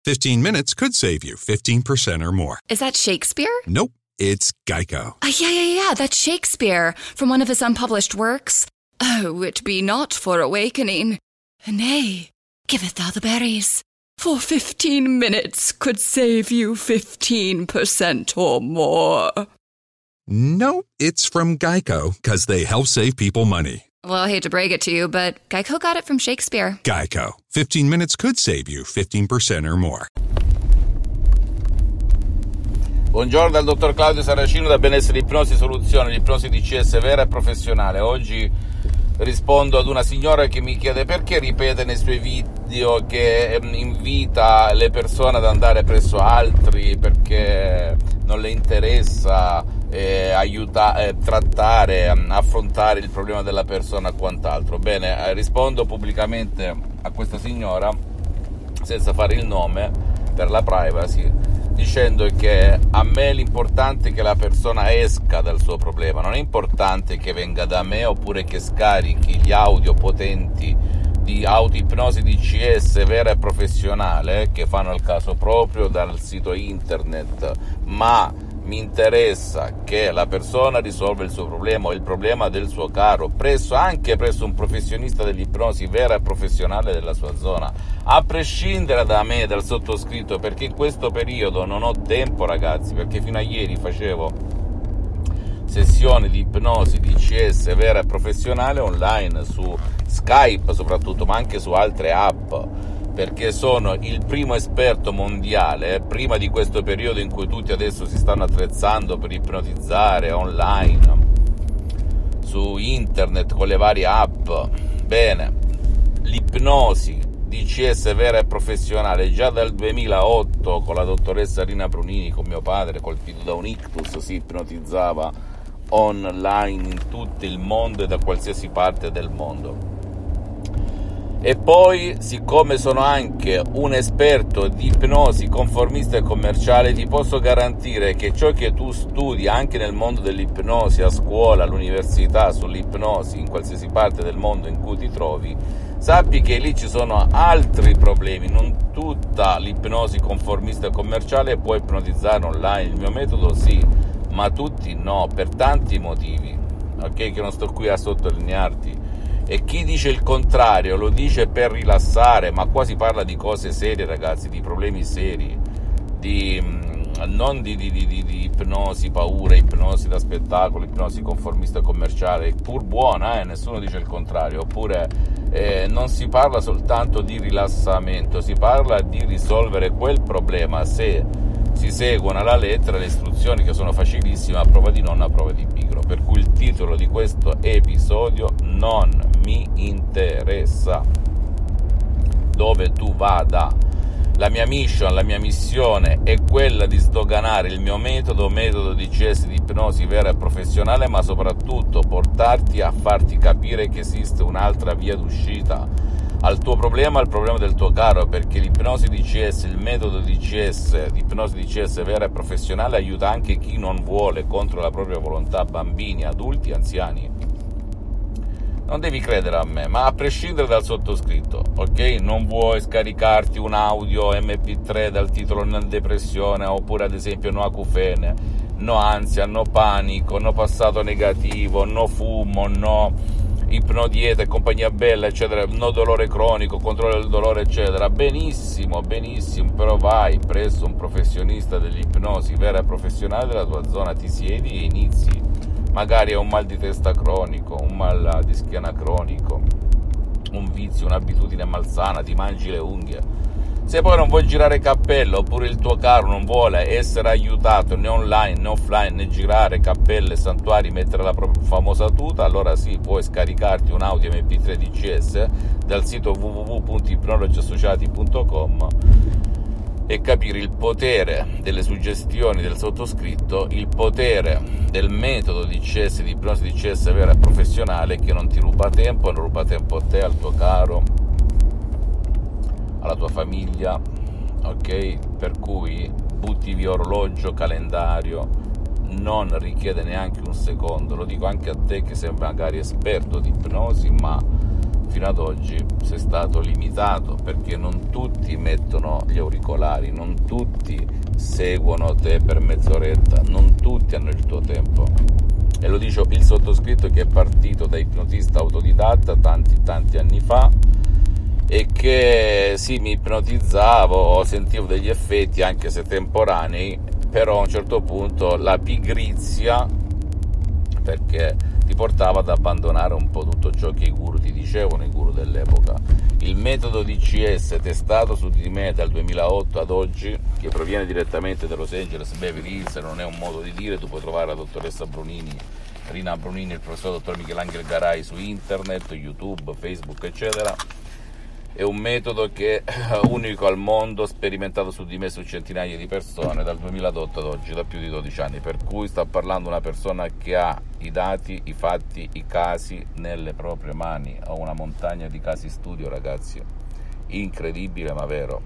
15 minutes could save you 15% or more. Is that Shakespeare? Nope, it's Geico. Yeah, that's Shakespeare from one of his unpublished works. Oh, it be not for awakening. Nay, giveth thou the berries. For 15 minutes could save you 15% or more. Nope, it's from Geico, because they help save people money. Well, I hate to break it to you, but Geico got it from Shakespeare. Geico. 15 minutes could save you 15% or more. Buongiorno dal dottor Claudio Saracino da Benessere Ipnosi Soluzione, l'ipnosi DCS vera e professionale. Oggi rispondo ad una signora che mi chiede perché ripete nei suoi video che invita le persone ad andare presso altri, perché non le interessa trattare, affrontare il problema della persona e quant'altro. Bene, rispondo pubblicamente a questa signora senza fare il nome per la privacy, dicendo che a me l'importante è che la persona esca dal suo problema, non è importante che venga da me oppure che scarichi gli audio potenti di autoipnosi DCS vera e professionale che fanno al caso proprio dal sito internet, ma mi interessa che la persona risolva il suo problema o il problema del suo caro anche presso un professionista dell'ipnosi vera e professionale della sua zona, a prescindere da me, dal sottoscritto, perché in questo periodo non ho tempo, ragazzi, perché fino a ieri facevo sessioni di ipnosi DCS vera e professionale online su Skype soprattutto, ma anche su altre app, perché sono il primo esperto mondiale, prima di questo periodo in cui tutti adesso si stanno attrezzando per ipnotizzare online, su internet, con le varie app. Bene, l'ipnosi DCS vera e professionale già dal 2008 con la dottoressa Rina Brunini, con mio padre colpito da un ictus, si ipnotizzava online in tutto il mondo e da qualsiasi parte del mondo. E poi, siccome sono anche un esperto di ipnosi conformista e commerciale, ti posso garantire che ciò che tu studi anche nel mondo dell'ipnosi, a scuola, all'università, sull'ipnosi, in qualsiasi parte del mondo in cui ti trovi, sappi che lì ci sono altri problemi. Non tutta l'ipnosi conformista e commerciale può ipnotizzare online. Il mio metodo sì, ma tutti no, per tanti motivi, ok, che non sto qui a sottolinearti. E chi dice il contrario lo dice per rilassare, ma qua si parla di cose serie, ragazzi, di problemi seri, non di ipnosi paura, ipnosi da spettacolo, ipnosi conformista e commerciale, pur buona, nessuno dice il contrario. Oppure non si parla soltanto di rilassamento, si parla di risolvere quel problema se si seguono alla lettera le istruzioni, che sono facilissime, a prova di nonno, a prova di pigro. Per cui il titolo di questo episodio: non mi interessa dove tu vada. La mia mission, la mia missione è quella di sdoganare il mio metodo DCS di ipnosi vera e professionale, ma soprattutto portarti a farti capire che esiste un'altra via d'uscita al tuo problema, al problema del tuo caro, perché l'ipnosi DCS, il metodo DCS, di ipnosi DCS vera e professionale, aiuta anche chi non vuole, contro la propria volontà, bambini, adulti, anziani. Non devi credere a me, ma a prescindere dal sottoscritto, ok? Non vuoi scaricarti un audio MP3 dal titolo "No depressione", oppure ad esempio "No acufene", "No ansia", "No panico", "No passato negativo", "No fumo", "No ipnodieta e compagnia bella", eccetera, "No dolore cronico", "Controllo del dolore", eccetera. Benissimo, però vai presso un professionista dell'ipnosi vera e professionale della tua zona, ti siedi e inizi. Magari è un mal di testa cronico, un mal di schiena cronico, un vizio, un'abitudine malsana, ti mangi le unghie. Se poi non vuoi girare cappello, oppure il tuo caro non vuole essere aiutato né online né offline, né girare cappelle, santuari, mettere la propria famosa tuta, allora sì, puoi scaricarti un audio MP3 DCS dal sito www.ipnologiassociati.com e capire il potere delle suggestioni del sottoscritto, il potere del metodo DCS, di ipnosi DCS vera e professionale, che non ti ruba tempo, non ruba tempo a te, al tuo caro, alla tua famiglia, ok? Per cui butti via orologio, calendario, non richiede neanche un secondo. Lo dico anche a te che sei magari esperto di ipnosi, ma fino ad oggi sei stato limitato, perché non tutti mettono gli auricolari, non tutti seguono te per mezz'oretta, non tutti hanno il tuo tempo. E lo dice il sottoscritto, che è partito da ipnotista autodidatta tanti anni fa, e che sì, mi ipnotizzavo, sentivo degli effetti anche se temporanei, però a un certo punto la pigrizia, perché ti portava ad abbandonare un po' tutto ciò che i guru ti dicevano, i guru dell'epoca. Il metodo DCS testato su di me dal 2008 ad oggi, che proviene direttamente da Los Angeles, Beverly Hills, non è un modo di dire, tu puoi trovare la dottoressa Brunini, Rina Brunini, il professor dottor Michelangelo Garai su internet, YouTube, Facebook, eccetera. È un metodo che è unico al mondo, sperimentato su di me, su centinaia di persone, dal 2008 ad oggi, da più di 12 anni, per cui sta parlando una persona che ha i dati, i fatti, i casi nelle proprie mani. Ho una montagna di casi studio, ragazzi, incredibile ma vero,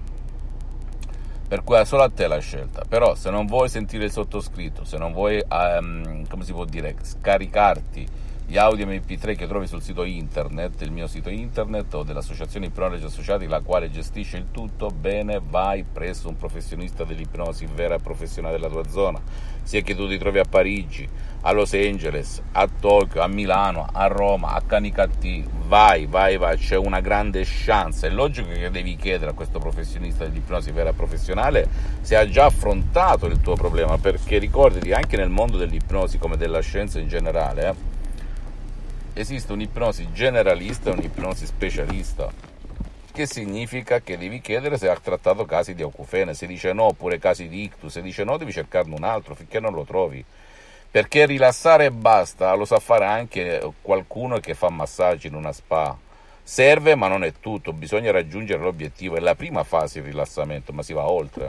per cui è solo a te la scelta. Però se non vuoi sentire il sottoscritto, se non vuoi, come si può dire, scaricarti gli audio MP3 che trovi sul sito internet, il mio sito internet, o dell'associazione Ipnologi Associati, la quale gestisce il tutto, bene, vai presso un professionista dell'ipnosi vera e professionale della tua zona, sia che tu ti trovi a Parigi, a Los Angeles, a Tokyo, a Milano, a Roma, a Canicattì, vai, c'è una grande chance. È logico che devi chiedere a questo professionista dell'ipnosi vera e professionale se ha già affrontato il tuo problema, perché ricordati, anche nel mondo dell'ipnosi, come della scienza in generale, esiste un'ipnosi generalista e un'ipnosi specialista, che significa che devi chiedere se ha trattato casi di acufene. Se dice no, oppure casi di ictus, se dice no devi cercarne un altro finché non lo trovi, perché rilassare e basta lo sa fare anche qualcuno che fa massaggi in una spa. Serve, ma non è tutto, bisogna raggiungere l'obiettivo. È la prima fase il rilassamento, ma si va oltre,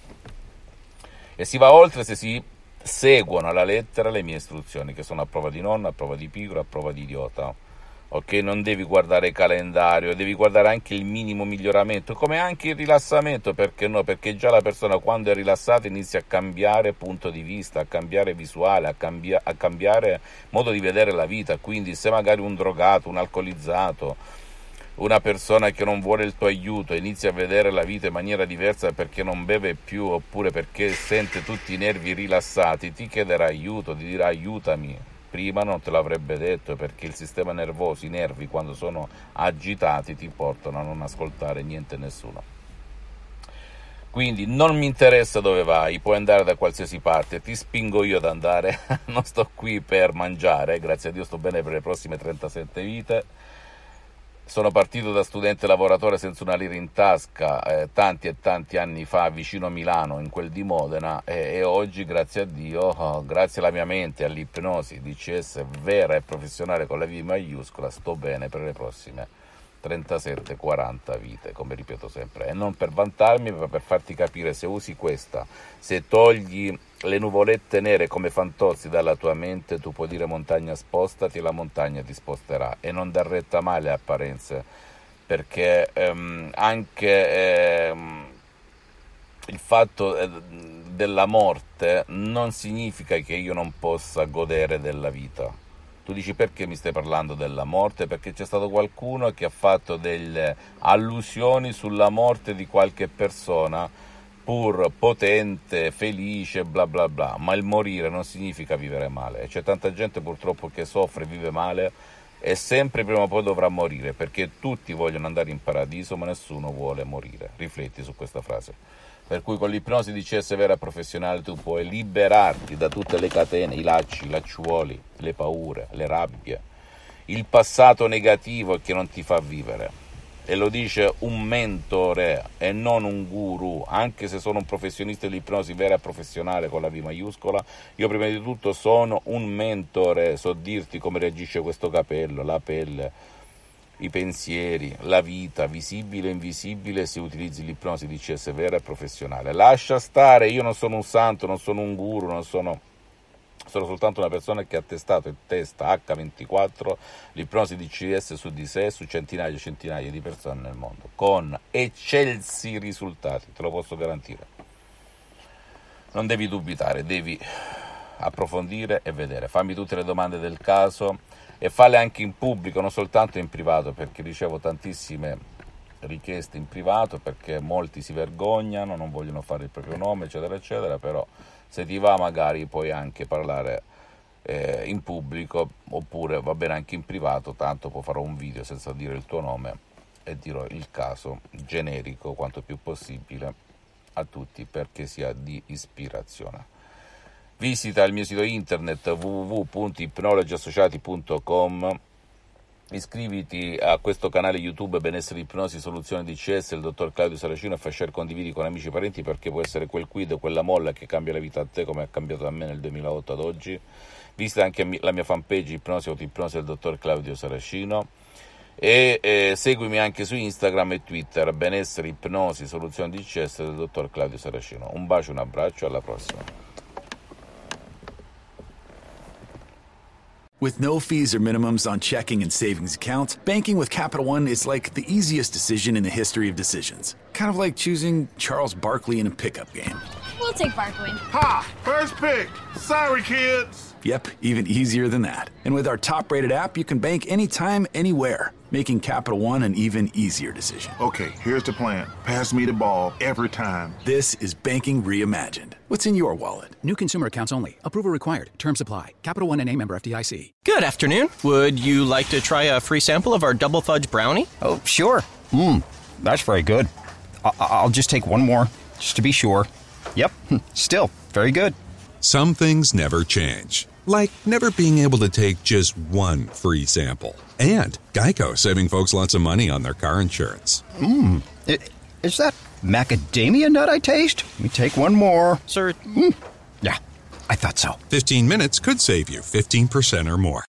e si va oltre se si seguono alla lettera le mie istruzioni, che sono a prova di nonna, a prova di pigro, a prova di idiota. Ok, non devi guardare il calendario, devi guardare anche il minimo miglioramento, come anche il rilassamento, perché no? Perché già la persona, quando è rilassata, inizia a cambiare punto di vista, a cambiare visuale, a cambiare modo di vedere la vita. Quindi se magari un drogato, un alcolizzato, una persona che non vuole il tuo aiuto, inizia a vedere la vita in maniera diversa perché non beve più, oppure perché sente tutti i nervi rilassati, ti chiederà aiuto, ti dirà aiutami. Prima non te l'avrebbe detto, perché il sistema nervoso, i nervi, quando sono agitati, ti portano a non ascoltare niente e nessuno. Quindi non mi interessa dove vai, puoi andare da qualsiasi parte, ti spingo io ad andare, non sto qui per mangiare, grazie a Dio sto bene per le prossime 37 vite. Sono partito da studente lavoratore senza una lira in tasca tanti e tanti anni fa, vicino a Milano, in quel di Modena, e oggi, grazie a Dio, grazie alla mia mente, all'ipnosi DCS vera e professionale con la V maiuscola, sto bene per le prossime 37-40 vite, come ripeto sempre, e non per vantarmi, ma per farti capire, se usi questa, se togli le nuvolette nere come Fantozzi dalla tua mente, tu puoi dire montagna spostati e la montagna ti sposterà, e non dar retta mai alle apparenze, perché anche il fatto della morte non significa che io non possa godere della vita. Tu dici: perché mi stai parlando della morte? Perché c'è stato qualcuno che ha fatto delle allusioni sulla morte di qualche persona, pur potente, felice, bla bla bla, ma il morire non significa vivere male, e c'è tanta gente purtroppo che soffre e vive male, e sempre prima o poi dovrà morire, perché tutti vogliono andare in paradiso ma nessuno vuole morire. Rifletti su questa frase. Per cui con l'ipnosi DCS vera professionale tu puoi liberarti da tutte le catene, i lacci, i lacciuoli, le paure, le rabbie, il passato negativo che non ti fa vivere. E lo dice un mentore e non un guru. Anche se sono un professionista dell'ipnosi vera e professionale con la V maiuscola, io prima di tutto sono un mentore, so dirti come reagisce questo capello, la pelle, i pensieri, la vita, visibile e invisibile, se utilizzi l'ipnosi DCS vera e professionale. Lascia stare, io non sono un santo, non sono un guru, sono soltanto una persona che ha testato e testa H24 l'ipnosi DCS su di sé, su centinaia e centinaia di persone nel mondo, con eccelsi risultati, te lo posso garantire. Non devi dubitare, devi approfondire e vedere. Fammi tutte le domande del caso, e farle anche in pubblico, non soltanto in privato, perché ricevo tantissime richieste in privato, perché molti si vergognano, non vogliono fare il proprio nome, eccetera eccetera. Però se ti va magari puoi anche parlare in pubblico, oppure va bene anche in privato, tanto poi farò un video senza dire il tuo nome e dirò il caso generico quanto più possibile a tutti, perché sia di ispirazione. Visita il mio sito internet www.ipnologiassociati.com, iscriviti a questo canale YouTube Benessere Ipnosi Soluzione DCS, il dottor Claudio Saracino, e fai share, condividi con amici e parenti, perché può essere quel quid, quella molla che cambia la vita a te come ha cambiato a me nel 2008 ad oggi. Visita anche la mia fanpage Ipnosi Autoipnosi del dottor Claudio Saracino, e seguimi anche su Instagram e Twitter Benessere Ipnosi Soluzione DCS del dottor Claudio Saracino. Un bacio, un abbraccio, alla prossima. With no fees or minimums on checking and savings accounts, banking with Capital One is like the easiest decision in the history of decisions. Kind of like choosing Charles Barkley in a pickup game. We'll take Barkley. Ha! First pick. Sorry, kids. Yep, even easier than that. And with our top-rated app, you can bank anytime, anywhere, making Capital One an even easier decision. Okay, here's the plan. Pass me the ball every time. This is banking reimagined. What's in your wallet? New consumer accounts only. Approval required. Terms apply. Capital One N.A. member FDIC. Good afternoon. Would you like to try a free sample of our double fudge brownie? Oh, sure. That's very good. I'll just take one more, just to be sure. Yep, still very good. Some things never change, like never being able to take just one free sample. And Geico saving folks lots of money on their car insurance. Is that macadamia nut I taste? Let me take one more. Sir? Yeah, I thought so. 15 minutes could save you 15% or more.